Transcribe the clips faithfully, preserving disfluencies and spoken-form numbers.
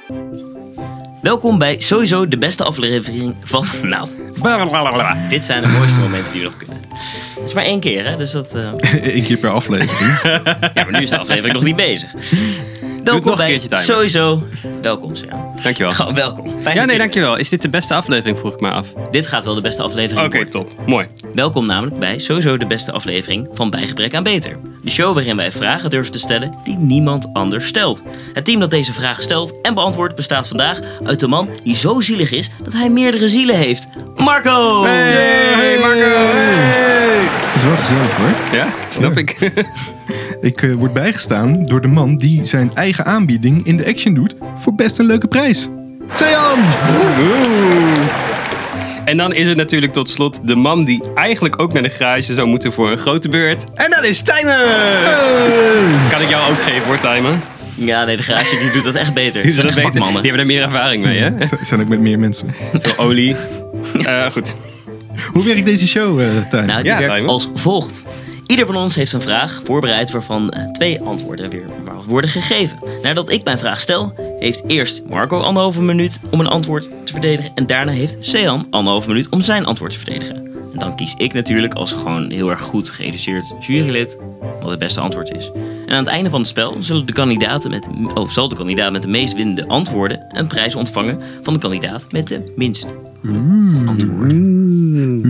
Welkom bij sowieso de beste aflevering van... Nou, blablabla. Dit zijn de mooiste momenten die we nog kunnen. Het is maar één keer, hè? Dus dat... Uh... Eén keer per aflevering. Ja, maar nu is de aflevering nog niet bezig. Welkom nog een bij keertje sowieso... Welkom, Sam. Dankjewel. Gewoon welkom. Fijn ja, dat nee, je... dankjewel. Is dit de beste aflevering, vroeg ik maar af. Dit gaat wel de beste aflevering Oké, worden. top. Mooi. Welkom namelijk bij sowieso de beste aflevering van Bij Gebrek aan Beter. De show waarin wij vragen durven te stellen die niemand anders stelt. Het team dat deze vraag stelt en beantwoordt bestaat vandaag uit de man die zo zielig is dat hij meerdere zielen heeft. Marco! Hey, hey Marco! Hey. Dat is wel gezellig hoor. Ja, snap Ja. ik. Ik uh, word bijgestaan door de man die zijn eigen aanbieding in de Action doet voor best een leuke prijs. Sejan! Oeh. En dan is het natuurlijk tot slot de man die eigenlijk ook naar de garage zou moeten voor een grote beurt. En dat is Tijmen! Hey. Kan ik jou ook geven hoor, Tijmen? Ja, nee, de garage die doet dat echt beter. Die, zijn echt dat beter. vakmannen. Die hebben er meer ervaring mee, hè? Z- zijn ook met meer mensen. Veel olie. Uh, goed. Hoe werkt deze show, uh, Tijn? Nou, die Ja, werkt Tijmen. als volgt. Ieder van ons heeft een vraag voorbereid waarvan uh, twee antwoorden weer worden gegeven. Nadat ik mijn vraag stel, heeft eerst Marco anderhalve minuut om een antwoord te verdedigen. En daarna heeft Sean anderhalve minuut om zijn antwoord te verdedigen. En dan kies ik natuurlijk als gewoon heel erg goed geëduceerd jurylid wat het beste antwoord is. En aan het einde van het spel zullen de kandidaten met, oh, zal de kandidaat met de meest winnende antwoorden een prijs ontvangen van de kandidaat met de minste antwoorden.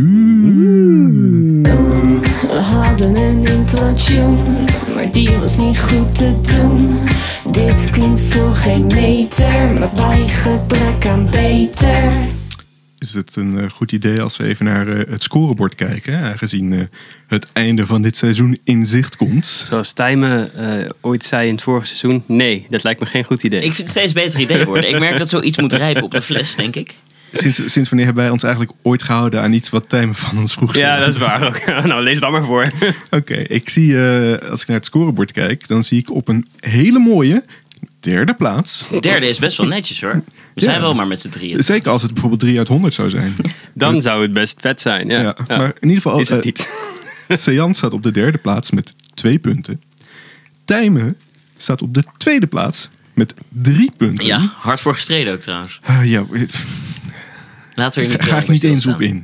We hadden een intro-tune, maar die was niet goed te doen. Dit klinkt voor geen meter, maar bij gebrek aan beter. Is het een uh, goed idee als we even naar uh, het scorebord kijken, aangezien uh, het einde van dit seizoen in zicht komt? Zoals Tijmen uh, ooit zei in het vorige seizoen, nee, dat lijkt me geen goed idee. Ik vind het steeds beter idee worden. Ik merk dat zoiets moet rijpen op de fles, denk ik. Sinds, sinds wanneer hebben wij ons eigenlijk ooit gehouden aan iets wat Tijmen van ons vroeg? Ja, dat is waar ook. Nou, lees het dan maar voor. Oké, okay, ik zie, uh, als ik naar het scorebord kijk, dan zie ik op een hele mooie derde plaats. De derde is best wel netjes hoor. We Ja. zijn wel maar met z'n drieën. Zeker als het bijvoorbeeld drie uit honderd zou zijn. Dan zou het best vet zijn. Ja. Ja, Ja. maar in ieder geval, Is het uh, niet. Sejan staat op de derde plaats met twee punten. Tijmen staat op de tweede plaats met drie punten. Ja, hard voor gestreden ook trouwens. Uh, ja, Laten we er niet Ga te ik lang niet bij eens stilstaan. op in.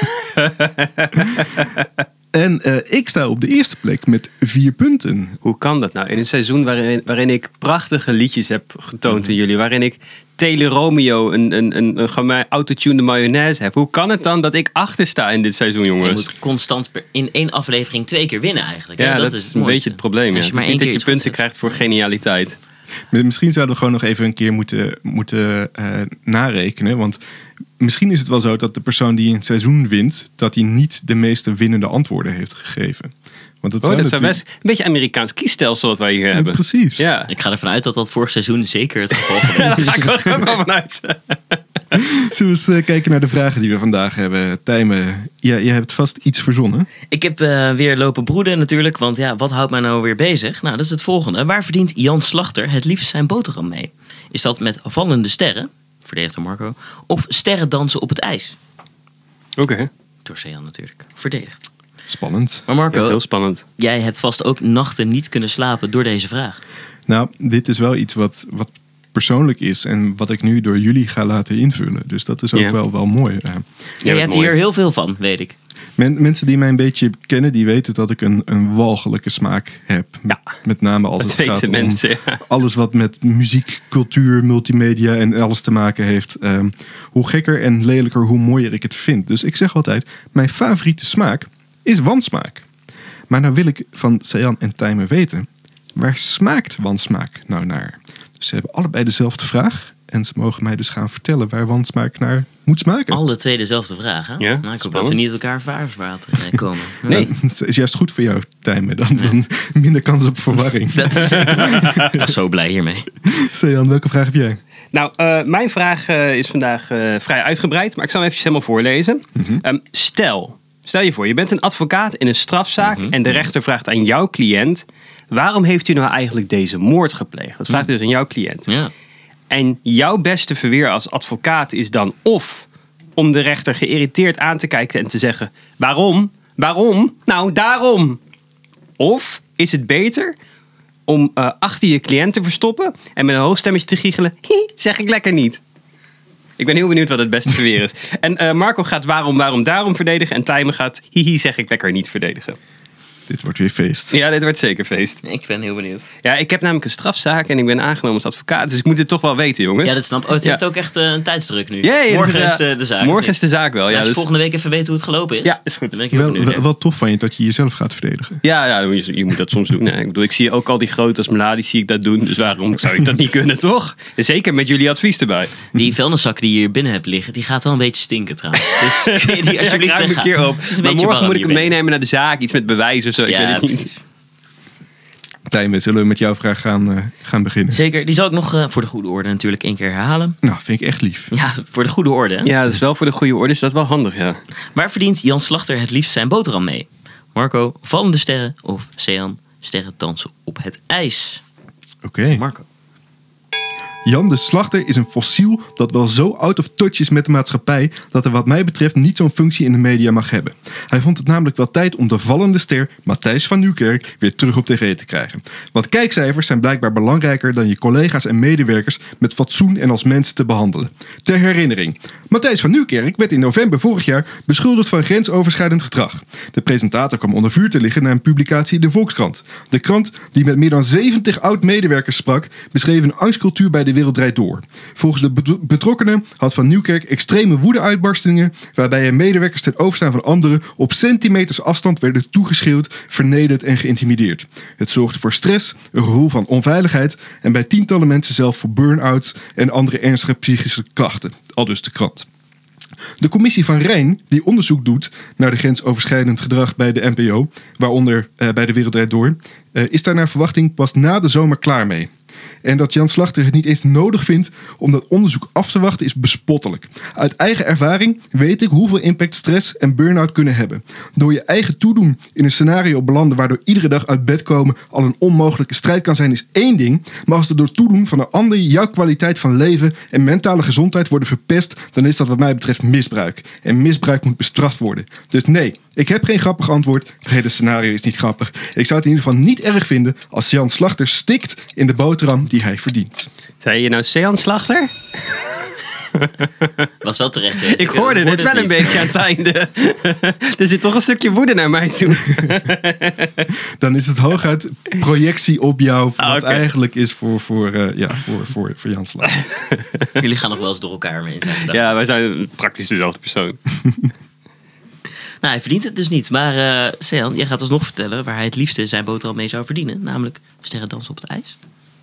Nee. en uh, ik sta op de eerste plek met vier punten. Hoe kan dat nou? In een seizoen waarin, waarin ik prachtige liedjes heb getoond aan jullie. Waarin ik Tele Romeo, een, een, een, een geme- autotuned mayonaise heb. Hoe kan het dan dat ik achter sta in dit seizoen, Je jongens? moet constant per, in één aflevering twee keer winnen eigenlijk. Ja, hè? dat, is het een mooiste. beetje het probleem. Ja. Als Het je is maar niet één dat je keer iets punten goed krijgt voor genialiteit. Misschien zouden we gewoon nog even een keer moeten, moeten uh, narekenen. Want misschien is het wel zo dat de persoon die een seizoen wint, dat hij niet de meeste winnende antwoorden heeft gegeven. Want dat Oh, zou dat zou natuurlijk- best een beetje Amerikaans kiesstelsel wat wij hier Ja, hebben. precies. Ja, Ik ga ervan uit dat dat vorig seizoen zeker het geval daar geweest ga is. ik wel ook wel vanuit. Zullen we eens uh, kijken naar de vragen die we vandaag hebben? Tijmen, ja, je hebt vast iets verzonnen. Ik heb uh, weer lopen broeden natuurlijk, want ja, wat houdt mij nou weer bezig? Nou, dat is het volgende. Waar verdient Jan Slachter het liefst zijn boterham mee? Is dat met vallende sterren, verdedigd door Marco, of sterren dansen op het ijs? Oké, Door Sean natuurlijk, verdedigd. Spannend. Maar Marco, ja, heel spannend. jij hebt vast ook nachten niet kunnen slapen door deze vraag. Nou, dit is wel iets wat, wat persoonlijk is en wat ik nu door jullie ga laten invullen. Dus dat is ook Ja. wel, wel mooi. Uh, Ja, Ja, je hebt mooi. hier heel veel van, weet ik. men, mensen die mij een beetje kennen, die weten dat ik een, een walgelijke smaak heb. Ja. Met name als Dat het weten gaat mensen, om ja. alles wat met muziek, cultuur, multimedia en alles te maken heeft. Um, hoe gekker en lelijker, hoe mooier ik het vind. Dus ik zeg altijd, mijn favoriete smaak is wansmaak. Maar nou wil ik van Sejan en Tijmen weten, waar smaakt wansmaak nou naar? Dus ze hebben allebei dezelfde vraag. En ze mogen mij dus gaan vertellen waar wansmaak naar moet smaken. Alle twee dezelfde vraag, hè? Ja, nou, ik hoop dat spannend. ze niet uit elkaar vaarwater eh, komen. Nee. Dat is juist goed voor jou, Tijmen. Dan, dan minder kans op verwarring. Dat is, ik was zo blij hiermee. Sejan, welke vraag heb jij? Nou, uh, mijn vraag uh, is vandaag uh, vrij uitgebreid, maar ik zal hem even helemaal voorlezen. Mm-hmm. Um, stel, stel je voor, je bent een advocaat in een strafzaak Mm-hmm. en de rechter vraagt aan jouw cliënt, waarom heeft u nou eigenlijk deze moord gepleegd? Dat vraagt hij dus aan jouw cliënt. Ja. En jouw beste verweer als advocaat is dan of om de rechter geïrriteerd aan te kijken en te zeggen, waarom? Waarom? Nou, daarom. Of is het beter om uh, achter je cliënt te verstoppen en met een hoog stemmetje te giechelen. Hi, zeg ik lekker niet. Ik ben heel benieuwd wat het beste verweer is. En uh, Marco gaat waarom, waarom, daarom verdedigen. En Tijmen gaat hihi, zeg ik lekker niet verdedigen. Dit wordt weer feest. Ja, dit wordt zeker feest. Ik ben heel benieuwd. Ja, ik heb namelijk een strafzaak en ik ben aangenomen als advocaat. Dus ik moet het toch wel weten, jongens. Ja, dat snap ik. Oh, het heeft Ja. ook echt uh, een tijdsdruk nu. Ja, ja, morgen ja, is uh, de zaak. Morgen is de zaak wel. Ja, Ja, als je dus, volgende week even weet hoe het gelopen is. ja, is goed. Dan ben ik heel Wel, benieuwd. wel, wel tof van je dat je jezelf gaat verdedigen. Ja, ja je, je moet dat soms doen. Hè. Ik bedoel, ik zie ook al die grote als Mladi zie ik dat doen. Dus waarom zou ik dat niet kunnen, toch? Zeker met jullie advies erbij. Die vuilniszakken die je hier binnen hebt liggen, die gaat wel een beetje stinken trouwens. Dus kun je die alsjeblieft ja, ik ruim een weggaan? keer op. Het is een Maar beetje morgen warm moet ik hem hier meenemen naar de zaak. Iets met bewijs of zo. binnen. Ik Ja, weet het niet. precies. Tijmen, zullen we met jouw vraag gaan, uh, gaan beginnen? Zeker. Die zal ik nog uh, voor de goede orde natuurlijk één keer herhalen. Nou, vind ik echt lief. Ja, voor de goede orde. Hè? Ja, dat is wel voor de goede orde. Is dat wel handig, ja. Waar verdient Jan Slachter het liefst zijn boterham mee? Marco, vallende sterren of Sean, sterren dansen op het ijs? Oké. Okay. Marco. Jan de Slachter is een fossiel dat wel zo out of touch is met de maatschappij dat hij wat mij betreft niet zo'n functie in de media mag hebben. Hij vond het namelijk wel tijd om de vallende ster Matthijs van Nieuwkerk weer terug op tv te krijgen. Want kijkcijfers zijn blijkbaar belangrijker dan je collega's en medewerkers met fatsoen en als mensen te behandelen. Ter herinnering. Matthijs van Nieuwkerk werd in november vorig jaar beschuldigd van grensoverschrijdend gedrag. De presentator kwam onder vuur te liggen na een publicatie in de Volkskrant. De krant, die met meer dan zeventig oud-medewerkers sprak, beschreef een angstcultuur bij de Wereld Draait Door. Volgens de betrokkenen had Van Nieuwkerk extreme woede-uitbarstingen, waarbij hij medewerkers ten overstaan van anderen op centimeters afstand werden toegeschreeuwd, vernederd en geïntimideerd. Het zorgde voor stress, een gevoel van onveiligheid en bij tientallen mensen zelf voor burn-outs en andere ernstige psychische klachten. Aldus de krant. De commissie van Rijn, die onderzoek doet naar de grensoverschrijdend gedrag bij de N P O, waaronder uh, bij de Wereld Draait Door, uh, is daar naar verwachting pas na de zomer klaar mee. En dat Jan Slachter het niet eens nodig vindt om dat onderzoek af te wachten is bespottelijk. Uit eigen ervaring weet ik hoeveel impact stress en burn-out kunnen hebben. Door je eigen toedoen in een scenario belanden waardoor iedere dag uit bed komen al een onmogelijke strijd kan zijn is één ding. Maar als er door toedoen van een ander jouw kwaliteit van leven en mentale gezondheid worden verpest, dan is dat wat mij betreft misbruik. En misbruik moet bestraft worden. Dus nee, ik heb geen grappig antwoord. Het hele scenario is niet grappig. Ik zou het in ieder geval niet erg vinden als Jan Slachter stikt in de boterham die hij verdient. Zei je nou Sean Slachter? Was wel terecht. Hè? Ik hoorde ik het wel niet. een beetje aan het einde. Er zit toch een stukje woede naar mij toe. Dan is het hooguit projectie op jou. Wat Ah, okay. eigenlijk is voor, voor, uh, ja, voor, voor, voor Jan Slachter. Jullie gaan nog wel eens door elkaar mee in zijn gedachten. Ja, wij zijn praktisch dezelfde persoon. Nou, hij verdient het dus niet. Maar uh, Sean, jij gaat ons nog vertellen waar hij het liefste zijn boterham mee zou verdienen. Namelijk sterren dansen op het ijs.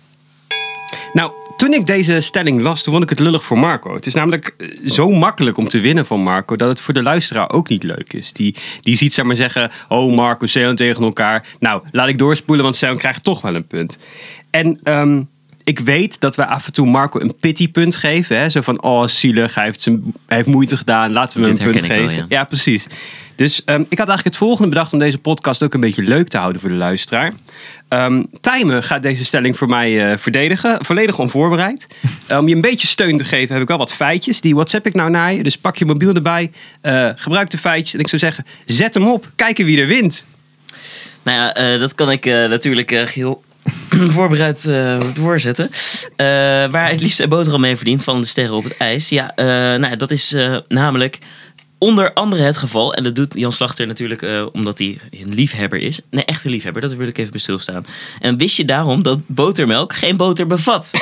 Nou, toen ik deze stelling las, toen vond ik het lullig voor Marco. Het is namelijk zo makkelijk om te winnen van Marco, dat het voor de luisteraar ook niet leuk is. Die, die ziet, zeg maar zeggen, oh Marco, Sean tegen elkaar. Nou, laat ik doorspoelen, want Sean krijgt toch wel een punt. En um, ik weet dat we af en toe Marco een pitypunt geven. Hè? Zo van, oh zielig, hij heeft, zijn, hij heeft moeite gedaan, laten we hem Dit een punt herken ik geven. wel, ja. Ja, precies. Dus um, ik had eigenlijk het volgende bedacht om deze podcast ook een beetje leuk te houden voor de luisteraar. Um, Tijmen gaat deze stelling voor mij uh, verdedigen, volledig onvoorbereid. Uh, om je een beetje steun te geven heb ik wel wat feitjes. Die WhatsApp ik nou naar je, dus pak je mobiel erbij, uh, gebruik de feitjes. En ik zou zeggen, zet hem op, kijken wie er wint. Nou ja, uh, dat kan ik uh, natuurlijk uh, heel voorbereid uh, voorzetten. Uh, waar hij het liefst zijn boterham mee verdient van de sterren op het ijs. Ja, uh, nou ja, dat is uh, namelijk onder andere het geval. En dat doet Jan Slachter natuurlijk uh, omdat hij een liefhebber is. Een echte liefhebber, dat wil ik even bij stilstaan. En wist je daarom dat botermelk geen boter bevat?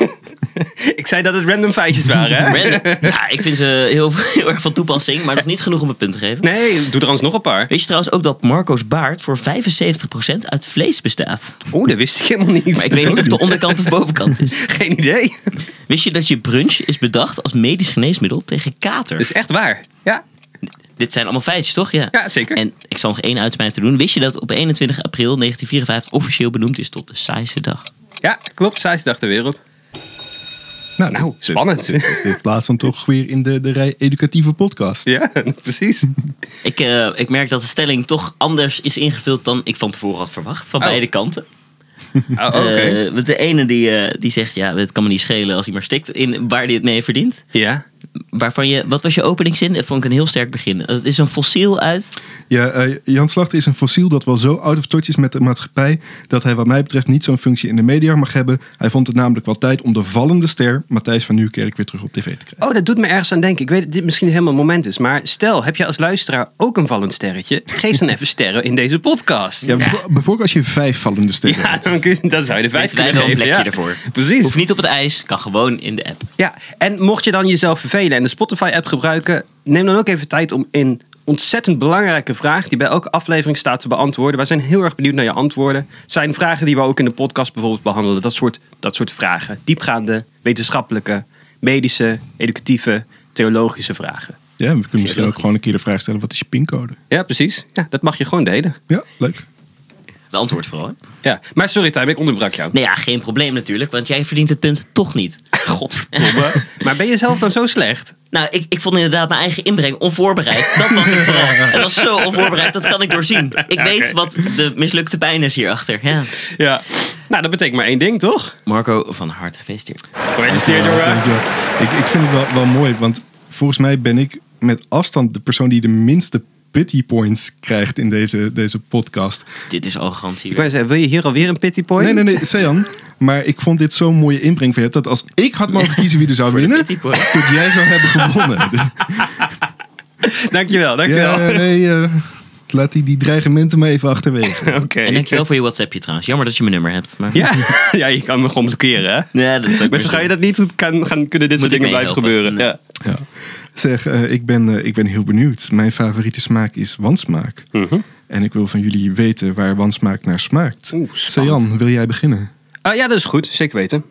Ik zei dat het random feitjes waren, hè? Random. Ja, ik vind ze heel, heel erg van toepassing, maar nog niet genoeg om een punt te geven. Nee, doe trouwens nog een paar. Wist je trouwens ook dat Marco's baard voor vijfenzeventig procent uit vlees bestaat? Oeh, dat wist ik helemaal niet. Maar ik weet niet of het de onderkant of bovenkant is. Geen idee. Wist je dat je brunch is bedacht als medisch geneesmiddel tegen kater? Dat is echt waar. Ja, Dit zijn allemaal feitjes, toch? Ja, ja zeker. En ik zal nog één uitsmijter doen. Wist je dat op eenentwintig april negentien vierenvijftig officieel benoemd is tot de saaiste dag? Ja, klopt. Saaiste dag ter wereld. Nou, Nou, spannend. Dit, dit plaatst hem toch weer in de, de rij educatieve podcast. Ja, precies. Ik, uh, ik merk dat de stelling toch anders is ingevuld dan ik van tevoren had verwacht. Van Oh. beide kanten. Oh, oké. Okay. Uh, de ene die, uh, die zegt, ja, het kan me niet schelen als hij maar stikt in waar hij het mee verdient. Ja. waarvan je... Wat was je openingszin? Dat vond ik een heel sterk begin. Het is een fossiel uit... Ja, uh, Jan Slachter is een fossiel dat wel zo out of touch is met de maatschappij... dat hij wat mij betreft niet zo'n functie in de media mag hebben. Hij vond het namelijk wel tijd om de vallende ster... Matthijs van Nieuwkerk weer terug op tv te krijgen. Oh, dat doet me ergens aan denken. Ik weet dat dit misschien helemaal het moment is. Maar stel, heb je als luisteraar ook een vallend sterretje? Geef dan even sterren in deze podcast. Ja, ja. Bijvoorbeeld als je vijf vallende sterren Ja, hebt. dan, kun je, dan zou je de vijf Weten wij kunnen wel een geven. plekje Ja. ervoor. Precies. Hoeft niet op het ijs, kan gewoon in de app. Ja, en mocht je dan jezelf vervelen en de Spotify-app gebruiken... neem dan ook even tijd om in ontzettend belangrijke vraag... die bij elke aflevering staat te beantwoorden. Wij zijn heel erg benieuwd naar je antwoorden. Het zijn vragen die we ook in de podcast bijvoorbeeld behandelen. Dat soort, dat soort vragen. Diepgaande, wetenschappelijke, medische, educatieve, theologische vragen. Ja, we kunnen misschien ook gewoon een keer de vraag stellen... wat is je pincode? Ja, precies. Ja, dat mag je gewoon delen. Ja, leuk. De antwoord vooral, hè? Ja. Maar sorry, Tijm, ik onderbrak jou. Nee, ja, geen probleem natuurlijk, want jij verdient het punt toch niet. Godverdomme. Maar ben je zelf dan zo slecht? Nou, ik, ik vond inderdaad mijn eigen inbreng onvoorbereid. Dat was het vooral. Het was zo onvoorbereid, dat kan ik doorzien. Ik Ja, weet oké. wat de mislukte pijn is hierachter. Ja. Ja. Nou, dat betekent maar één ding, toch? Marco, van harte gefeliciteerd. Gefeliciteerd, Ja, jongen. dankjewel. Ik, ik vind het wel, wel mooi, want volgens mij ben ik met afstand de persoon die de minste pity points krijgt in deze, deze podcast. Dit is arrogantie. Ik wou zeggen, wil je hier alweer een pity point? Nee, nee, nee, Sejan. Maar ik vond dit zo'n mooie inbreng van je. Dat als ik had mogen kiezen wie er zou de winnen, pity point. dat jij zou hebben gewonnen. Dus, Dankjewel, dankjewel. ja, nee, uh, laat die, die dreigementen maar even achterwege. Oké. En dankjewel voor je WhatsAppje trouwens. Jammer dat je mijn nummer hebt. Maar... Ja? Ja, je kan me gewoon blokkeren, hè? Ja, dat is ook Maar zo ga je dat niet goed, kan, gaan, kunnen dit Moet soort ik dingen blijven meehelpen? gebeuren. Ja. Ja. Zeg, uh, ik, ben, uh, ik ben heel benieuwd. Mijn favoriete smaak is wansmaak. Mhm. En ik wil van jullie weten waar wansmaak naar smaakt. Oeh, spannend. Sejan, wil jij beginnen? Uh, ja, dat is goed. Zeker weten.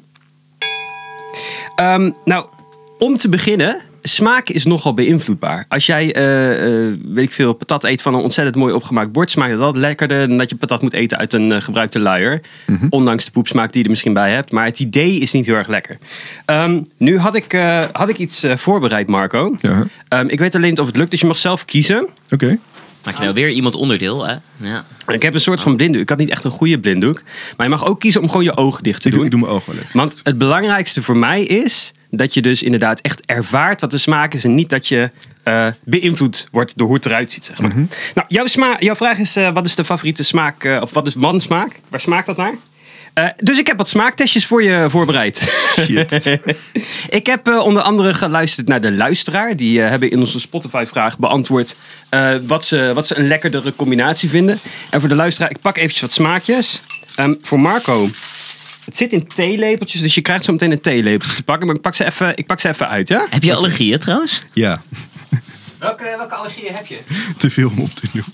Um, nou, om te beginnen... Smaak is nogal beïnvloedbaar. Als jij, uh, uh, weet ik veel, patat eet van een ontzettend mooi opgemaakt bord... smaakt het wel lekkerder dan dat je patat moet eten uit een uh, gebruikte luier. Mhm. Ondanks de poepsmaak die je er misschien bij hebt. Maar het idee is niet heel erg lekker. Um, nu had ik, uh, had ik iets uh, voorbereid, Marco. Ja, oké. Um, ik weet alleen niet of het lukt, dus je mag zelf kiezen. Maak je nou weer iemand onderdeel, hè? Ja. Ik heb een soort van blinddoek. Ik had niet echt een goede blinddoek. Maar je mag ook kiezen om gewoon je ogen dicht te Ik, doen. doe, ik doe mijn ogen wel even. Want het belangrijkste voor mij is dat je dus inderdaad echt ervaart wat de smaak is. En niet dat je uh, beïnvloed wordt door hoe het eruit ziet, zeg maar. Mhm. Nou, jouw, sma- jouw vraag is, uh, wat is de favoriete smaak, uh, of wat is wansmaak? Waar smaakt dat naar? Uh, dus ik heb wat smaaktestjes voor je voorbereid. Shit. Ik heb uh, onder andere geluisterd naar de luisteraar. Die uh, hebben in onze Spotify-vraag beantwoord uh, wat, ze, wat ze een lekkerdere combinatie vinden. En voor de luisteraar, ik pak eventjes wat smaakjes. Um, voor Marco, het zit in theelepeltjes, dus je krijgt zo meteen een theelepeltje te pakken. Maar ik pak ze even, ik pak ze even uit, ja? Heb je allergieën trouwens? Ja, Welke, welke allergieën heb je? te veel om op te doen.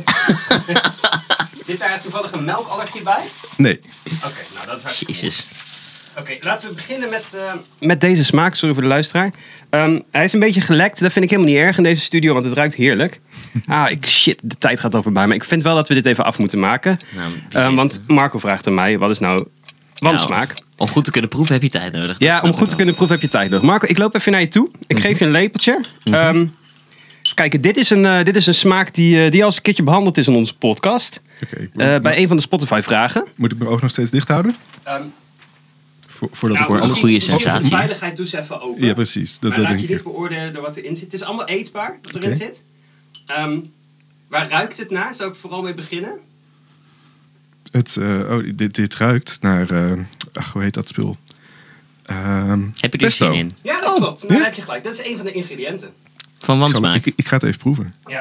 Zit daar toevallig een melkallergie bij? Nee. Oké, okay, nou dat is hartstikke goed. Jezus. Oké, okay, laten we beginnen met, uh, met deze smaak. Sorry voor de luisteraar. Um, hij is een beetje gelekt. Dat vind ik helemaal niet erg in deze studio, want het ruikt heerlijk. Ah, ik, shit, de tijd gaat al voorbij. Maar ik vind wel dat we dit even af moeten maken. Nou, um, want Marco vraagt aan mij, wat is nou wansmaak? Nou, om goed te kunnen proeven heb je tijd nodig. Dat Ja, snap om ik goed te wel. kunnen proeven heb je tijd nodig. Marco, ik loop even naar je toe. Ik geef je een lepeltje. Um, kijk, dit is een, uh, dit is een smaak die, uh, die al eens een keertje behandeld is in onze podcast. Oké. Uh, bij een van de Spotify-vragen. Moet ik mijn oog nog steeds dicht houden? Um, Vo- voordat nou, ik hoor. een goede misschien- sensatie. Voor de veiligheid doe ze even open. Ja, precies. Dat, Maar dat laat denk je ik. niet beoordelen door wat erin zit. Het is allemaal eetbaar wat erin Oké. zit. Um, waar ruikt het naar? Zou ik vooral mee beginnen? Het, uh, oh, dit, dit ruikt naar... Uh, ach, hoe heet dat spul? Ehm, Heb je er pesto. zin in? Ja, dat klopt. Nou, Ja? dan heb je gelijk. Dat is een van de ingrediënten. Van Ik, zal- wansmaak? ik, ik ga het even proeven. Ja.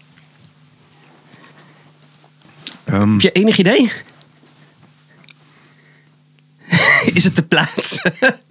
Ehm, Heb je enig idee? is het te plaatsen?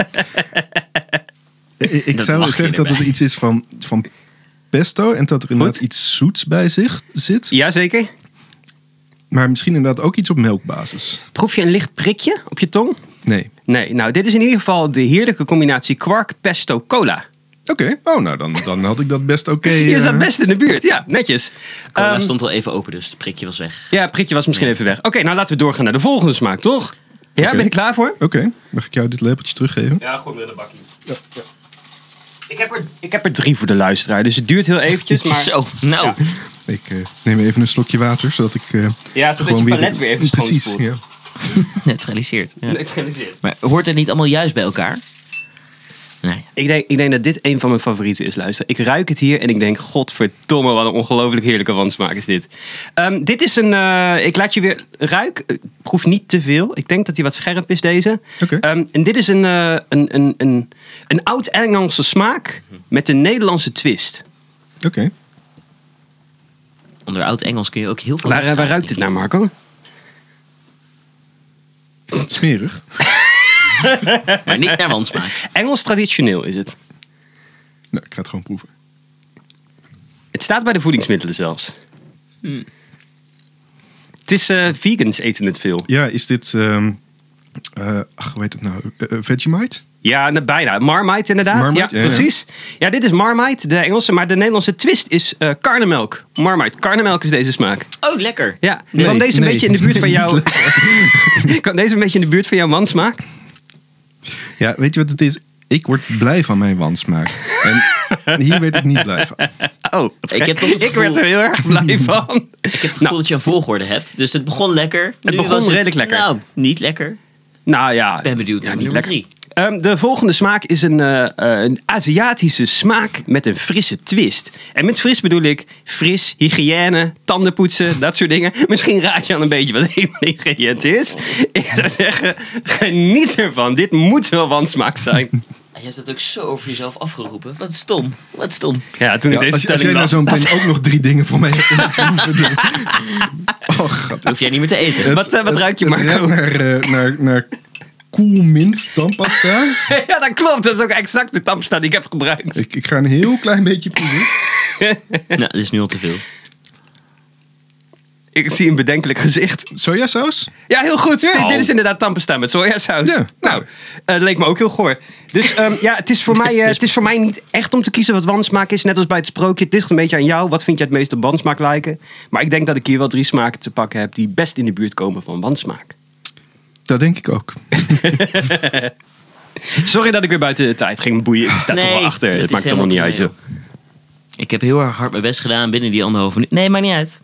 ik ik Dat zou mag je zeggen dat het erbij. iets is van, van pesto en dat er inderdaad iets zoets bij zich zit. Jazeker. Maar misschien inderdaad ook iets op melkbasis. Proef je een licht prikje op je tong? Nee. Nee, nou dit is in ieder geval de heerlijke combinatie kwark, pesto, cola. Oké, oh nou dan, dan had ik dat best oké. Je eh, zat best in de buurt, ja, netjes. Cola Ehm, stond al even open, dus het prikje was weg. Ja, prikje was misschien even weg. Oké, nou laten we doorgaan naar de volgende smaak, toch? Ja, Oké. ben je klaar voor? Oké, mag ik jou dit lepeltje teruggeven? Ja, gooi me in de bakkie. Ik, heb er, ik heb er drie voor de luisteraar, dus het duurt heel eventjes, maar... Zo, nou. Ja. Ik eh, neem even een slokje water, zodat ik uh, Ja, zodat je palet weer even Precies, schoonspoelt. ja. Neutraliseert. Ja. Neutraliseert. Maar hoort het niet allemaal juist bij elkaar? Nee. Ik denk, ik denk dat dit een van mijn favorieten is, luister. Ik ruik het hier en ik denk, godverdomme, wat een ongelooflijk heerlijke wandsmaak is dit. Um, dit is een, uh, ik laat je weer ruik. Ik proef niet te veel. Ik denk dat hij wat scherp is, deze. Okay. Um, en dit is een, uh, een, een, een, een oud-Engelse smaak met een Nederlandse twist. Oké. Okay. Onder oud-Engels kun je ook heel veel... Waar, uh, waar ruikt het naar, Marco? Smerig. Maar niet naar wandsmaak. Engels traditioneel is het. Nou, ik ga het gewoon proeven. Het staat bij de voedingsmiddelen zelfs. Hmm. Het is uh, vegans eten het veel. Ja, is dit... Um, uh, ach, hoe heet het nou? Uh, uh, Vegemite? Ja, bijna. Marmite inderdaad. Marmite, ja, ja, precies. Ja. ja, dit is Marmite, de Engelse. Maar de Nederlandse twist is uh, karnemelk. Marmite. Karnemelk is deze smaak. Oh, lekker. Ja, Nee, kwam deze een nee. beetje in de buurt van jou... kwam deze een beetje in de buurt van jouw wandsmaak? Ja, weet je wat het is? Ik word blij van mijn wandsmaak. En hier werd ik niet blij van. Oh, Ik heb toch het ik gevoel- werd er heel erg blij van. Ik heb het gevoel Nou. dat je een volgorde hebt. Dus het begon lekker. Het Nu begon was redelijk lekker. Nou, niet lekker. Nou ja, Ik ben benieuwd ja, naar niet nummer lekker. drie. Um, de volgende smaak is een, uh, uh, een Aziatische smaak met een frisse twist. En met fris bedoel ik fris, hygiëne, tandenpoetsen, dat soort dingen. Misschien raad je al een beetje wat een van de ingrediënten is. Ik zou zeggen, geniet ervan. Dit moet wel wandsmaak zijn. Je hebt het ook zo over jezelf afgeroepen. Wat stom. Wat stom. Ja, toen Ja, ik deze als, als stelling jij nou las. zo meteen ook nog drie dingen voor mij hebt in de proeven doen. Oh, god. Dan hoef jij niet meer te eten. Wat, uh, wat Het- ruik je, het Marco? ruikt naar, uh, naar, naar koelmint tandpasta. Ja, dat klopt. Dat is ook exact de tandpasta die ik heb gebruikt. Ik, ik ga een heel klein beetje proeven. Nou, dat is nu al te veel. Ik zie een bedenkelijk gezicht. Sojasaus? Ja, heel goed. Ja. Dit, dit is inderdaad tandpasta met sojasaus. Ja. Nou, uh, dat leek me ook heel goor. Dus um, ja, het is, voor mij, uh, het is voor mij niet echt om te kiezen wat wandsmaak is. Net als bij het sprookje. Het ligt een beetje aan jou. Wat vind je het meest op wandsmaak lijken? Maar ik denk dat ik hier wel drie smaken te pakken heb die best in de buurt komen van wandsmaak. Dat denk ik ook. Sorry dat ik weer buiten de tijd ging boeien. Ik sta Nee, toch wel achter. dat Het is maakt helemaal niet helemaal uit, niet, joh. Ik heb heel erg hard mijn best gedaan binnen die anderhalve minuut. Nee, maakt niet uit.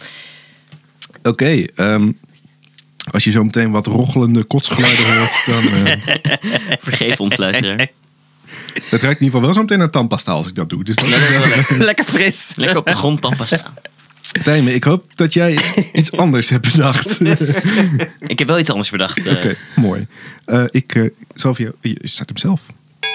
Oké, okay, um, als je zo meteen wat rochelende kotsgeluiden hoort, dan... Uh, Vergeef ons, luisteraar. het ruikt in ieder geval wel zo meteen naar tandpasta als ik dat doe. Dus dat is wel... Lekker fris. Lekker op de grond tandpasta. Tijmen, ik hoop dat jij iets anders hebt bedacht. Oké, Ik heb wel iets anders bedacht. Uh, mooi. Uh, ik uh, zal voor jou... Je staat hem zelf.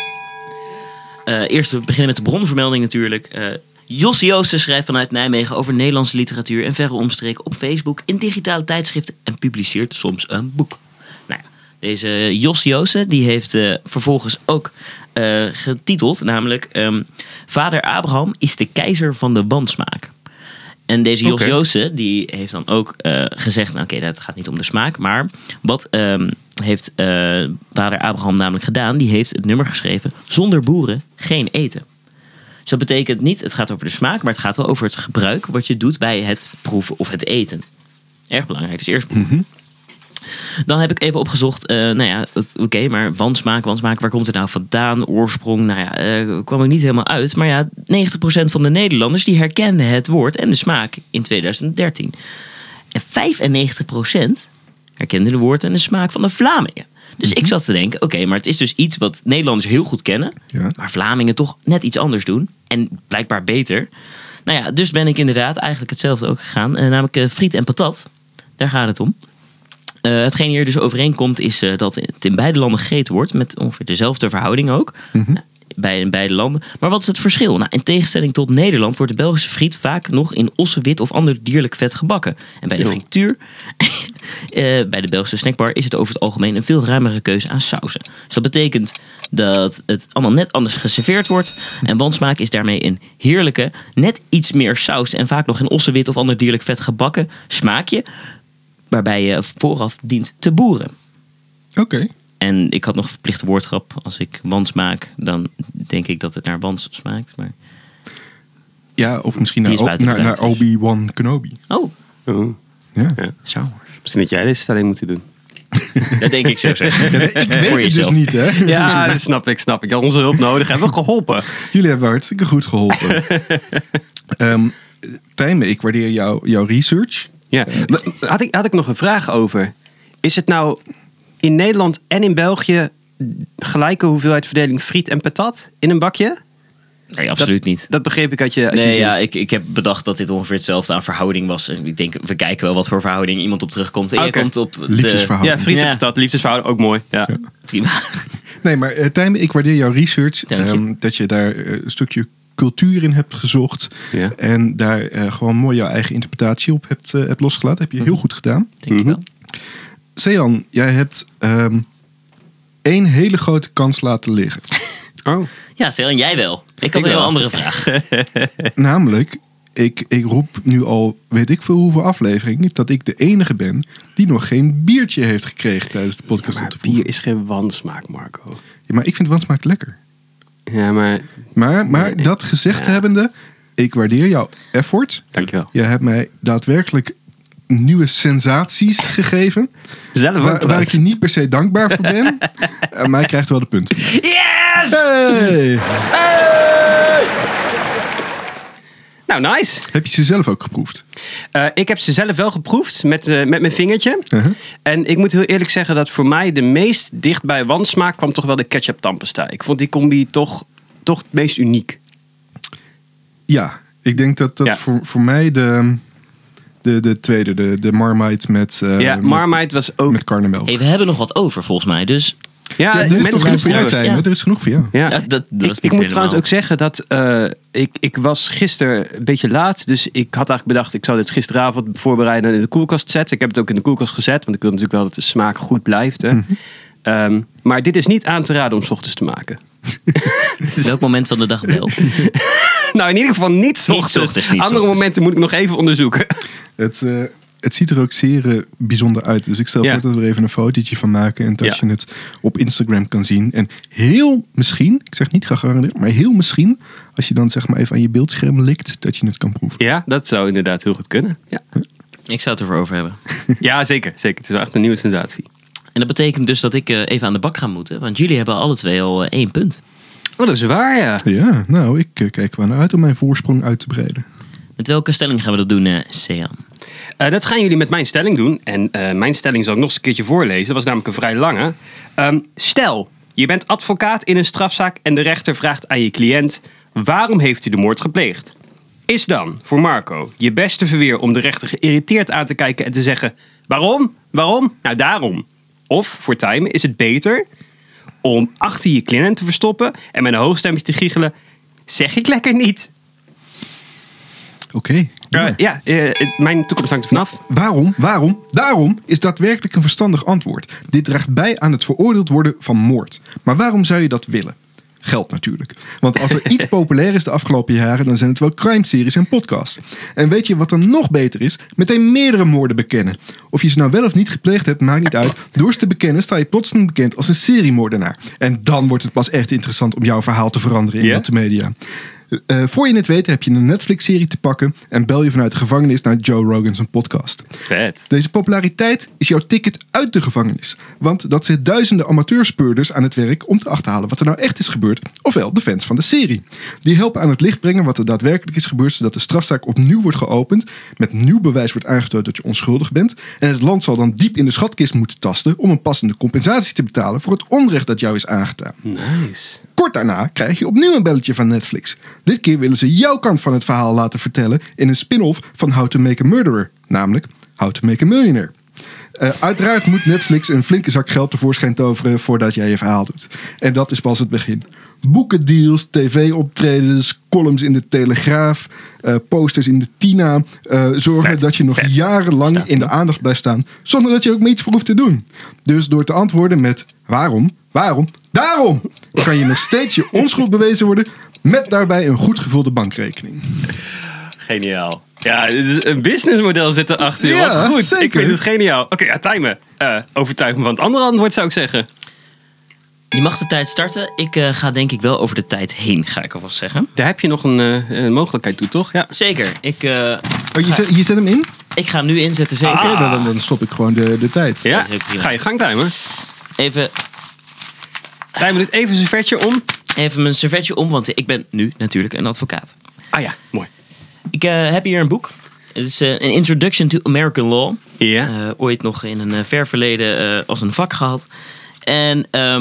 uh, eerst we beginnen met de bronvermelding natuurlijk. Uh, Jos Joosten schrijft vanuit Nijmegen over Nederlandse literatuur en verre omstreken op Facebook, in digitale tijdschriften en publiceert soms een boek. Nou ja, deze Jos Joosten die heeft uh, vervolgens ook uh, getiteld, namelijk um, Vader Abraham is de keizer van de wandsmaak. En deze Jos Oké. Joosten die heeft dan ook uh, gezegd, nou oké, okay, dat gaat niet om de smaak, maar wat um, heeft uh, Vader Abraham namelijk gedaan? Die heeft het nummer geschreven, zonder boeren geen eten. Dus dat betekent niet, het gaat over de smaak, maar het gaat wel over het gebruik wat je doet bij het proeven of het eten. Erg belangrijk, dus eerst proeven. Mm-hmm. Dan heb ik even opgezocht, uh, nou ja, oké, okay, maar wandsmaak, wandsmaak, waar komt het nou vandaan? Oorsprong, nou ja, uh, kwam ik niet helemaal uit. Maar ja, negentig procent van de Nederlanders die herkenden het woord en de smaak in twintig dertien. En vijfennegentig procent herkende de woord en de smaak van de Vlamingen. Dus mm-hmm. ik zat te denken, oké, okay, maar het is dus iets wat Nederlanders heel goed kennen. Ja. Maar Vlamingen toch net iets anders doen. En blijkbaar beter. Nou ja, dus ben ik inderdaad eigenlijk hetzelfde ook gegaan. Uh, namelijk uh, friet en patat. Daar gaat het om. Uh, hetgeen hier dus overeenkomt is uh, dat het in beide landen gegeten wordt. Met ongeveer dezelfde verhouding ook. Mm-hmm. Nou, bij in beide landen. Maar wat is het verschil? Nou, in tegenstelling tot Nederland wordt de Belgische friet vaak nog in ossewit of ander dierlijk vet gebakken. En bij de frituur, uh, bij de Belgische snackbar, is het over het algemeen een veel ruimere keuze aan sauzen. Dus dat betekent dat het allemaal net anders geserveerd wordt. En wandsmaak is daarmee een heerlijke, net iets meer saus en vaak nog in ossewit of ander dierlijk vet gebakken smaakje. Waarbij je vooraf dient te boeren. Oké. Okay. En ik had nog een verplichte woordgrap. Als ik wans maak, dan denk ik dat het naar wans smaakt. Maar ja, of misschien naar, o- naar, naar Obi-Wan Kenobi. Oh. oh. Ja. ja. Star Wars. Misschien dat jij deze stelling moet doen. Dat denk ik zo zeggen. Ja, ik weet het dus niet, hè? Ja, dat snap ik, snap ik. Je had onze hulp nodig. Hebben we geholpen. Jullie hebben hartstikke goed geholpen. um, Tijmen, ik waardeer jou, jouw research. Ja. Had ik, had ik nog een vraag over. Is het nou in Nederland en in België gelijke hoeveelheid verdeling friet en patat in een bakje? Nee, absoluut niet. Dat begreep ik uit je, uit je Nee, zin. ja, ik, ik heb bedacht dat dit ongeveer hetzelfde aan verhouding was. En ik denk, we kijken wel wat voor verhouding iemand op terugkomt. En Oké. je komt op de... Liefdesverhouding. Ja, friet en Ja. patat, liefdesverhouding, ook mooi. Ja. Ja. Prima. Nee, maar uh, Tijmen, ik waardeer jouw research. Dank je. ehm, dat je daar uh, een stukje cultuur in hebt gezocht. Ja. En daar uh, gewoon mooi jouw eigen interpretatie op hebt, uh, hebt losgelaten. Heb je heel goed gedaan. Dankjewel. Mhm. Sean, jij hebt ehm, één hele grote kans laten liggen. Oh. Ja, Stel, en jij wel. Ik had Ik een heel wel. andere vraag. Namelijk, ik, ik roep nu al weet ik veel hoeveel afleveringen... dat ik de enige ben die nog geen biertje heeft gekregen tijdens de podcast. om Maar te proeven. bier is geen wansmaak, Marco. Ja, maar ik vind wansmaak lekker. Ja, maar Maar, maar Nee. dat gezegd Ja. hebbende, ik waardeer jouw effort. dankjewel. Je hebt mij daadwerkelijk nieuwe sensaties gegeven. Zelf ook Waar, waar ik trouwens. je niet per se dankbaar voor ben. Uh, maar je krijgt wel de punten. Yes! Hey! Nou, nice. Heb je ze zelf ook geproefd? Uh, ik heb ze zelf wel geproefd met, uh, met mijn vingertje. Uh-huh. En ik moet heel eerlijk zeggen dat voor mij de meest dichtbij wansmaak kwam toch wel de ketchup tandpasta. Ik vond die combi toch, toch het meest uniek. Ja, ik denk dat dat Ja. voor, voor mij de, de, de tweede, de, de Marmite met, uh, ja, met, Marmite was ook... met karnemelk. Hey, we hebben nog wat over volgens mij. Dus Ja, Ja, er is mensen toch genoeg voor jou, luisteren. Tijmen? Ja. Er is genoeg voor jou. Ja. Ja, dat- dat was ik, niet ik moet helemaal. trouwens ook zeggen dat uh, ik, ik was gisteren een beetje laat. Dus ik had eigenlijk bedacht, ik zou dit gisteravond voorbereiden en in de koelkast zetten. Ik heb het ook in de koelkast gezet, want ik wil natuurlijk wel dat de smaak goed blijft. Hè. Mhm. Um, maar dit is niet aan te raden om 's ochtends te maken. welk moment van de dag wel? Nou, in ieder geval niet 's Niet ochtends. 's ochtends, niet 's Andere ochtends. momenten moet ik nog even onderzoeken. Het, uh, het ziet er ook zeer uh, bijzonder uit. Dus ik stel Ja. voor dat we er even een fotootje van maken. En dat Ja. je het op Instagram kan zien. En heel misschien, ik zeg niet gegarandeerd, maar heel misschien... als je dan zeg maar even aan je beeldscherm likt, dat je het kan proeven. Ja, dat zou inderdaad heel goed kunnen. Ja, Ik zou het ervoor over hebben. ja zeker, zeker. Het is wel echt een nieuwe sensatie. En dat betekent dus dat ik uh, even aan de bak ga moeten. Want jullie hebben alle twee al uh, één punt. Oh, dat is waar, ja. Ja, nou, ik uh, kijk wel naar uit om mijn voorsprong uit te breiden. Met welke stelling gaan we dat doen, uh, Sean? Uh, dat gaan jullie met mijn stelling doen. En uh, mijn stelling zal ik nog eens een keertje voorlezen. Dat was namelijk een vrij lange. Um, stel, je bent advocaat in een strafzaak en de rechter vraagt aan je cliënt: waarom heeft u de moord gepleegd? Is dan voor Marco je beste verweer om de rechter geïrriteerd aan te kijken en te zeggen: waarom? Waarom? Nou, daarom. Of voor Tijmen is het beter om achter je cliënt te verstoppen en met een hoog stemmetje te giechelen: zeg ik lekker niet. Oké. Uh, ja. ja, uh, mijn toekomst hangt er vanaf. Waarom, waarom, daarom is daadwerkelijk een verstandig antwoord. Dit draagt bij aan het veroordeeld worden van moord. Maar waarom zou je dat willen? Geld natuurlijk. Want als er iets populair is de afgelopen jaren, dan zijn het wel crime-series en podcasts. En weet je wat er nog beter is? Meteen meerdere moorden bekennen. Of je ze nou wel of niet gepleegd hebt, maakt niet uit. Door ze te bekennen sta je plotseling bekend als een seriemoordenaar. En dan wordt het pas echt interessant om jouw verhaal te veranderen in Ja? multimedia. Uh, voor je het weet heb je een Netflix-serie te pakken en bel je vanuit de gevangenis naar Joe Rogan's podcast. Vet. Deze populariteit is jouw ticket uit de gevangenis. Want dat zet duizenden amateurspeurders aan het werk om te achterhalen wat er nou echt is gebeurd. Ofwel de fans van de serie. Die helpen aan het licht brengen wat er daadwerkelijk is gebeurd, zodat de strafzaak opnieuw wordt geopend. Met nieuw bewijs wordt aangetoond dat je onschuldig bent. En het land zal dan diep in de schatkist moeten tasten om een passende compensatie te betalen voor het onrecht dat jou is aangedaan. Nice. Kort daarna krijg je opnieuw een belletje van Netflix. Dit keer willen ze jouw kant van het verhaal laten vertellen in een spin-off van How to Make a Murderer. Namelijk How to Make a Millionaire. Uh, uiteraard moet Netflix een flinke zak geld tevoorschijn toveren voordat jij je verhaal doet. En dat is pas het begin. Boekendeals, tv-optredens, columns in de Telegraaf, uh, posters in de Tina. Uh, zorgen Vet, dat je nog vet. jarenlang Staat in de aandacht blijft staan. Zonder dat je ook maar iets voor hoeft te doen. Dus door te antwoorden met waarom, waarom, daarom kan je nog steeds je onschuld bewezen worden met daarbij een goed gevulde bankrekening. Geniaal. Ja, het is een businessmodel zit erachter. joh. Ja, Wat goed. zeker. Ik vind het geniaal. Oké, ja, timen. Uh, overtuig me van het andere antwoord, zou ik zeggen. Je mag de tijd starten. Ik uh, ga denk ik wel over de tijd heen, ga ik alvast zeggen. Daar heb je nog een, uh, een mogelijkheid toe, toch? Ja. Zeker. Ik, uh, Oh, je, zet, je zet hem in? ik ga hem nu inzetten, zeker. Ah. Ja, dan, dan stop ik gewoon de, de tijd. Ja, Dat is ook prima. ga je gang timen. Even, Timen dit even zijn vertje om. even mijn servetje om, want ik ben nu natuurlijk een advocaat. Ah ja, mooi. Ik uh, heb hier een boek. Het is uh, een Introduction to American Law. Ja. Uh, ooit nog in een uh, ver verleden uh, als een vak gehad. En um,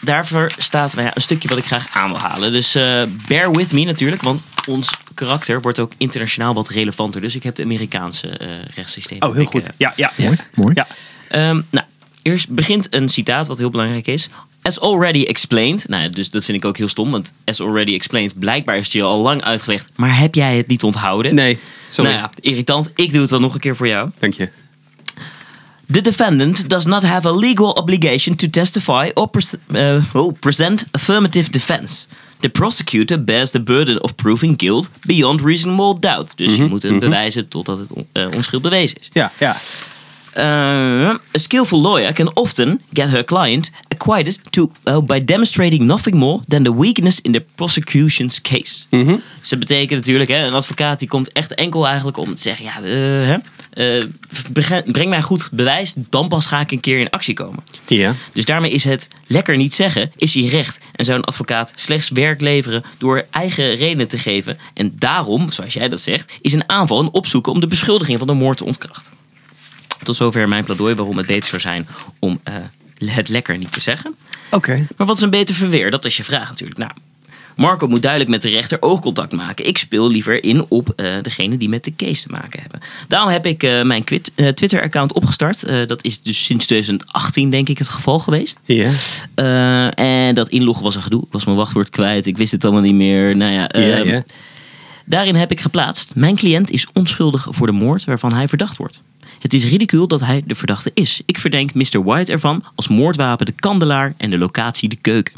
daarvoor staat nou ja, een stukje wat ik graag aan wil halen. Dus uh, bear with me natuurlijk, want ons karakter wordt ook internationaal wat relevanter. Dus ik heb de Amerikaanse uh, rechtssysteem. Oh, heel ik, goed. Uh, Ja, ja. Mooi, mooi. Ja. Um, nou, eerst begint een citaat wat heel belangrijk is. As already explained. Nou, dus dat vind ik ook heel stom, want as already explained, blijkbaar is het je al lang uitgelegd. Maar heb jij het niet onthouden? Nee, sorry. Nou ja, irritant. Ik doe het wel nog een keer voor jou. Dank je. The defendant does not have a legal obligation to testify or pres- uh, oh, present affirmative defense. The prosecutor bears the burden of proving guilt beyond reasonable doubt. Dus je moet het bewijzen totdat het on- uh, onschuld bewezen is. Ja, ja. Uh, a skillful lawyer can often get her client acquitted to, uh, by demonstrating nothing more than the weakness in the prosecution's case. Mm-hmm. Dus dat betekent natuurlijk, hè, een advocaat die komt echt enkel eigenlijk om te zeggen, ja, uh, hè, uh, breng mij goed bewijs, dan pas ga ik een keer in actie komen. Ja. Dus daarmee is het lekker niet zeggen, is hij recht. En zou een advocaat slechts werk leveren door eigen redenen te geven. En daarom, zoals jij dat zegt, is een aanval en opzoeken om de beschuldiging van de moord te ontkrachten. Tot zover mijn pleidooi waarom het beter zou zijn om uh, het lekker niet te zeggen. Oké. Okay. Maar wat is een beter verweer? Dat is je vraag natuurlijk. Nou, Marco moet duidelijk met de rechter oogcontact maken. Ik speel liever in op uh, degene die met de case te maken hebben. Daarom heb ik uh, mijn quit, uh, Twitter-account opgestart. Uh, dat is dus sinds twintig achttien denk ik het geval geweest. Ja. Uh, en dat inloggen was een gedoe. Ik was mijn wachtwoord kwijt. Ik wist het allemaal niet meer. Nou ja, uh, ja, ja. Daarin heb ik geplaatst. Mijn cliënt is onschuldig voor de moord waarvan hij verdacht wordt. Het is ridicuul dat hij de verdachte is. Ik verdenk mister White ervan als moordwapen de kandelaar en de locatie de keuken.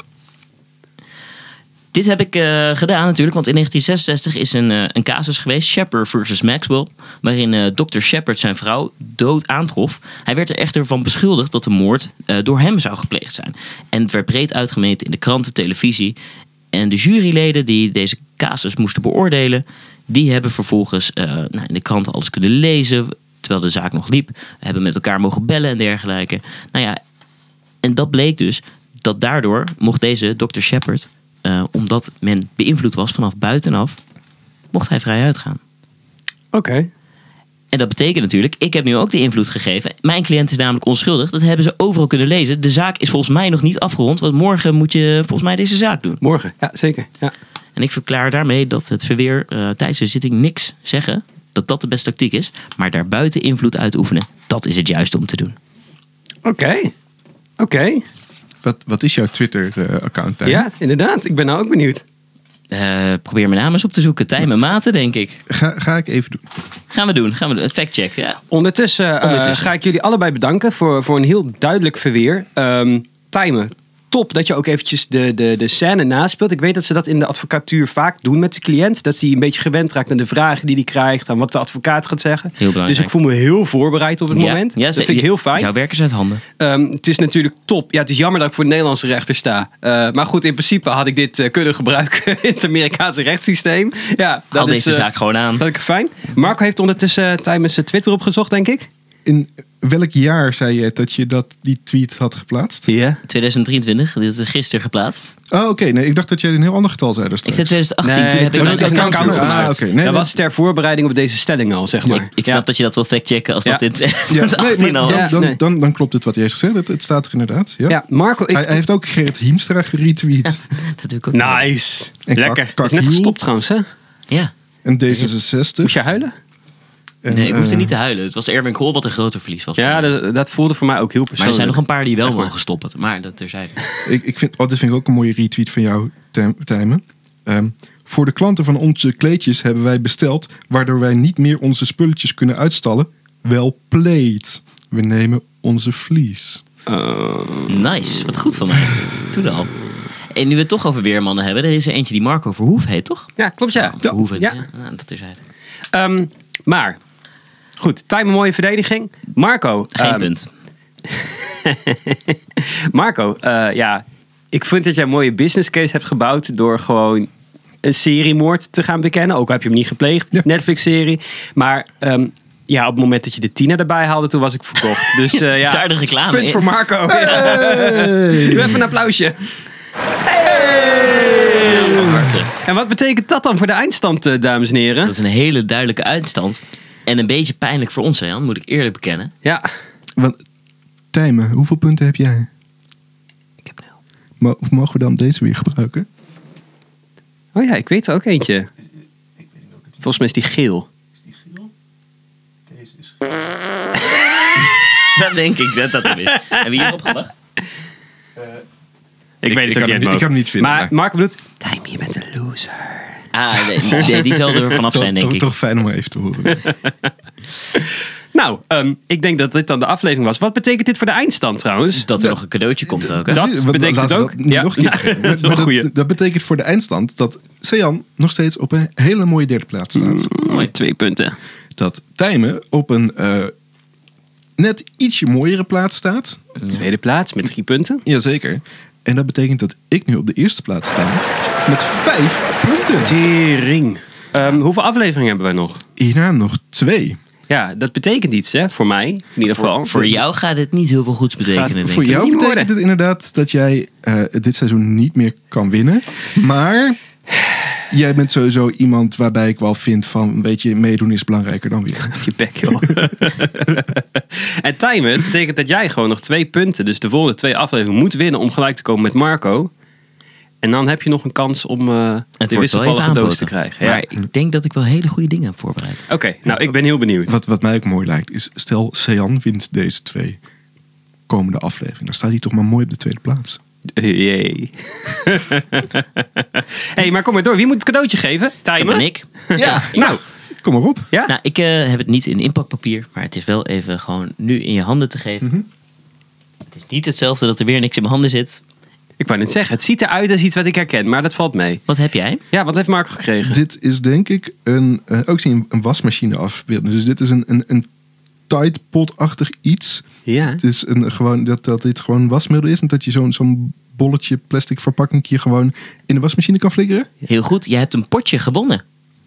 Dit heb ik uh, gedaan natuurlijk, want in negentien zesenzestig is een, uh, een casus geweest, Shepard versus Maxwell, waarin uh, dokter Shepard zijn vrouw dood aantrof. Hij werd er echter van beschuldigd dat de moord uh, door hem zou gepleegd zijn. En het werd breed uitgemeten in de kranten, televisie. En de juryleden die deze casus moesten beoordelen, die hebben vervolgens uh, nou, in de kranten alles kunnen lezen, terwijl de zaak nog liep. We hebben met elkaar mogen bellen en dergelijke. Nou ja, en dat bleek dus dat daardoor mocht deze dokter Shepard, uh, omdat men beïnvloed was vanaf buitenaf, mocht hij vrij uitgaan. Oké. Okay. En dat betekent natuurlijk, ik heb nu ook de invloed gegeven. Mijn cliënt is namelijk onschuldig. Dat hebben ze overal kunnen lezen. De zaak is volgens mij nog niet afgerond. Want morgen moet je volgens mij deze zaak doen. Morgen, ja zeker. Ja. En ik verklaar daarmee dat het verweer uh, tijdens de zitting niks zeggen. Dat dat de beste tactiek is. Maar daarbuiten invloed uitoefenen, dat is het juiste om te doen. Oké. Okay. Oké. Okay. Wat, wat is jouw Twitter-account? Uh, ja, inderdaad. Ik ben nou ook benieuwd. Uh, probeer mijn naam eens op te zoeken. Tijmen en Maten, denk ik. Ga, ga ik even doen. Gaan we doen. Gaan we doen. Fact-check, ja. Ondertussen, uh, Ondertussen ga ik jullie allebei bedanken voor, voor een heel duidelijk verweer. Um, Tijmen, top dat je ook eventjes de, de, de scène naspeelt. Ik weet dat ze dat in de advocatuur vaak doen met de cliënt. Dat hij een beetje gewend raakt aan de vragen die hij krijgt, aan wat de advocaat gaat zeggen. Heel belangrijk. Dus ik voel me heel voorbereid op het ja, moment. Ja, dat vind ik heel fijn. Jouw werk is uit handen. Um, het is natuurlijk top. Ja, het is jammer dat ik voor de Nederlandse rechter sta. Uh, maar goed, in principe had ik dit uh, kunnen gebruiken in het Amerikaanse rechtssysteem. Ja, dat Haal is, deze uh, zaak gewoon aan. Dat is fijn. Marco heeft ondertussen uh, tijdens zijn Twitter opgezocht, denk ik. In welk jaar zei je dat je dat, die tweet had geplaatst? Ja. tweeduizend drieëntwintig, dit is gisteren geplaatst. Oh, oké. Okay. Nee, ik dacht dat jij een heel ander getal zei. Dus ik zei twintig achttien, nee, toen heb ik toen mijn had ik account account gemaakt. Ah, okay. nee, dat nee. was ter voorbereiding op deze stelling al, zeg maar. Ik, ik snap ja. dat je dat wil factchecken als Ja. dat in Ja, twintig achttien nee, maar al dan, was. dan, Nee. dan, dan klopt het wat hij heeft gezegd. Het, het staat er inderdaad. Ja. Ja, Marco, ik... Hij, hij heeft ook Gerrit Hiemstra geretweet. Dat doe ik ook. Nice. En Lekker. Kak- Het is net Kakiel. gestopt trouwens, hè? Ja. En D zesenzestig. Moest je huilen? En, Nee, ik hoefde uh, niet te huilen. Het was Erwin Kool wat een groter verlies was. Ja, voor mij. dat, dat voelde voor mij ook heel Maar er persoonlijk. zijn nog een paar die wel Echt waar. mogen stoppen. Maar dat terzijde. Ik, ik vind, oh, dit vind ik ook een mooie retweet van jou, Tijmen. Um, voor de klanten van onze kleedjes hebben wij besteld, waardoor wij niet meer onze spulletjes kunnen uitstallen. Wel played. We nemen onze vlies. Uh, Nice. Wat goed van mij. Toen al. En nu we het toch over weermannen hebben. Er is er eentje die Marco Verhoef heet, toch? ja, klopt ja. Oh, Verhoeven. Ja. Ja. Ja, dat terzijde. Um, maar, goed. Time een mooie verdediging. Marco. Geen um, punt. Marco, uh, ja. Ik vind dat jij een mooie business case hebt gebouwd door gewoon een seriemoord te gaan bekennen. Ook al heb je hem niet gepleegd. Ja. Netflix-serie. Maar um, ja, op het moment dat je de Tina erbij haalde, toen was ik verkocht. Dus uh, ja. Daar de reclame. Punt voor Marco. Ja. Hey! Doe even een applausje. Heel van harte. En wat betekent dat dan voor de eindstand, uh, dames en heren? Dat is een hele duidelijke uitstand. En een beetje pijnlijk voor ons, hè, Jan, moet ik eerlijk bekennen. Ja. Want, Tijmen, hoeveel punten heb jij? Ik heb nul. mo- mogen we dan deze weer gebruiken? Oh ja, ik weet er ook eentje. Volgens mij is die geel. Deze is... Dat denk ik dat dat hem is. Hebben we hierop gewacht? Ik, Ik- weet ik het kan ook hem niet. niet- ik kan hem niet vinden, Maar maar- Marco bedoelt, Tijmen, je bent een loser. Ah, nee, nee, die zal er vanaf Toch, zijn, denk toch, ik. toch fijn om even te horen. Nou, um, ik denk dat dit dan de aflevering was. Wat betekent dit voor de eindstand trouwens? Dat er nog een cadeautje komt ook, hè? Dat Precies, wat- betekent laten het we ook. dat nu Ja. nog een keer beginnen. Dat is wel Maar een goeie. dat, dat betekent voor de eindstand dat Sejan nog steeds op een hele mooie derde plaats staat. Mooi, twee punten. Dat Tijmen op een uh, net ietsje mooiere plaats staat. Tweede plaats met drie punten. Jazeker. En dat betekent dat ik nu op de eerste plaats sta met vijf punten. Tering. Um, hoeveel afleveringen hebben wij nog? Hierna nog twee. Ja, dat betekent iets, hè? Voor mij, in ieder geval. Voor jou gaat het niet heel veel goeds betekenen, denk Voor ik. jou niet betekent worden. het inderdaad dat jij uh, dit seizoen niet meer kan winnen. Maar jij bent sowieso iemand waarbij ik wel vind van, weet je, meedoen is belangrijker dan winnen. Je bek, joh. En Tijmen, het betekent dat jij gewoon nog twee punten, dus de volgende twee afleveringen, moet winnen om gelijk te komen met Marco. En dan heb je nog een kans om uh, Het de wordt wel even wisselvallige doos aanboten. te krijgen. Maar Ja. ik denk dat ik wel hele goede dingen heb voorbereid. Oké, nou ik ben heel benieuwd. Wat, wat mij ook mooi lijkt is, stel Sejan wint deze twee komende afleveringen. Dan staat hij toch maar mooi op de tweede plaats. Jee. hey, maar kom maar door. Wie moet het cadeautje geven? Dat Tijmen? ben ik. Ja, Nou, kom maar op. ja? Nou, ik uh, heb het niet in inpakpapier, maar het is wel even gewoon nu in je handen te geven. Mhm. Het is niet hetzelfde dat er weer niks in mijn handen zit. Ik wou net zeggen, het ziet eruit als iets wat ik herken, maar dat valt mee. Wat heb jij? Ja, wat heeft Marco gekregen? Dit is denk ik een, uh, ook zie een, een wasmachine afbeelden. Dus dit is een, een, een Tide Pod-achtig iets. Ja. Het is een, gewoon, dat, dat dit gewoon wasmiddel is. En dat je zo'n zo'n bolletje plastic verpakkingje gewoon in de wasmachine kan flikkeren. Heel goed, jij hebt een potje gewonnen.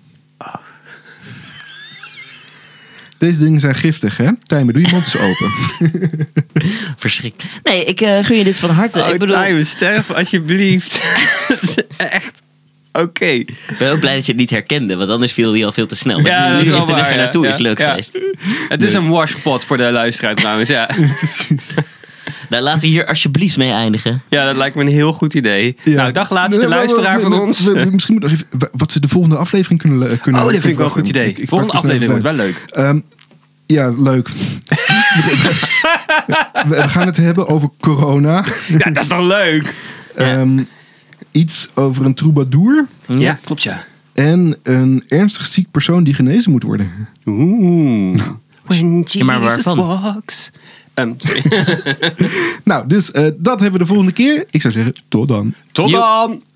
Deze dingen zijn giftig, hè? Tijmen, doe je mond eens open. Verschrikkelijk. Nee, ik uh, gun je dit van harte. Oh, ik bedoel, Tijmen, sterf alsjeblieft. Het is echt... Oké. ik ben ook blij dat je het niet herkende, want anders viel die al veel te snel. Maar Ja, nu dat is is wel de weg waar, er ja. naartoe Ja, is leuk ja. geweest. Het is een washpot voor de luisteraar trouwens, ja. Precies. Nou, laten we hier alsjeblieft mee eindigen. Ja, dat lijkt me een heel goed idee. Ja. Nou, dag laatste Nee, maar- luisteraar van maar- ons. we- we- Misschien moet nog even wa- wat ze de volgende aflevering kunnen eh, kunnen. Oh, dat vind ik wel een goed idee. Ik- ik Volgende pak er snel aflevering wordt even wel leuk. bij. Ehm, ja, leuk. we, we gaan het hebben over corona. Ja, dat is toch leuk? Ehm, iets over een troubadour. Ja, klopt ja. En een ernstig ziek persoon die genezen moet worden. Oeh. When Jesus maar waarvan? walks. Ehm, Nou, dus eh, dat hebben we de volgende keer. Ik zou zeggen, tot dan. tot Jo. dan!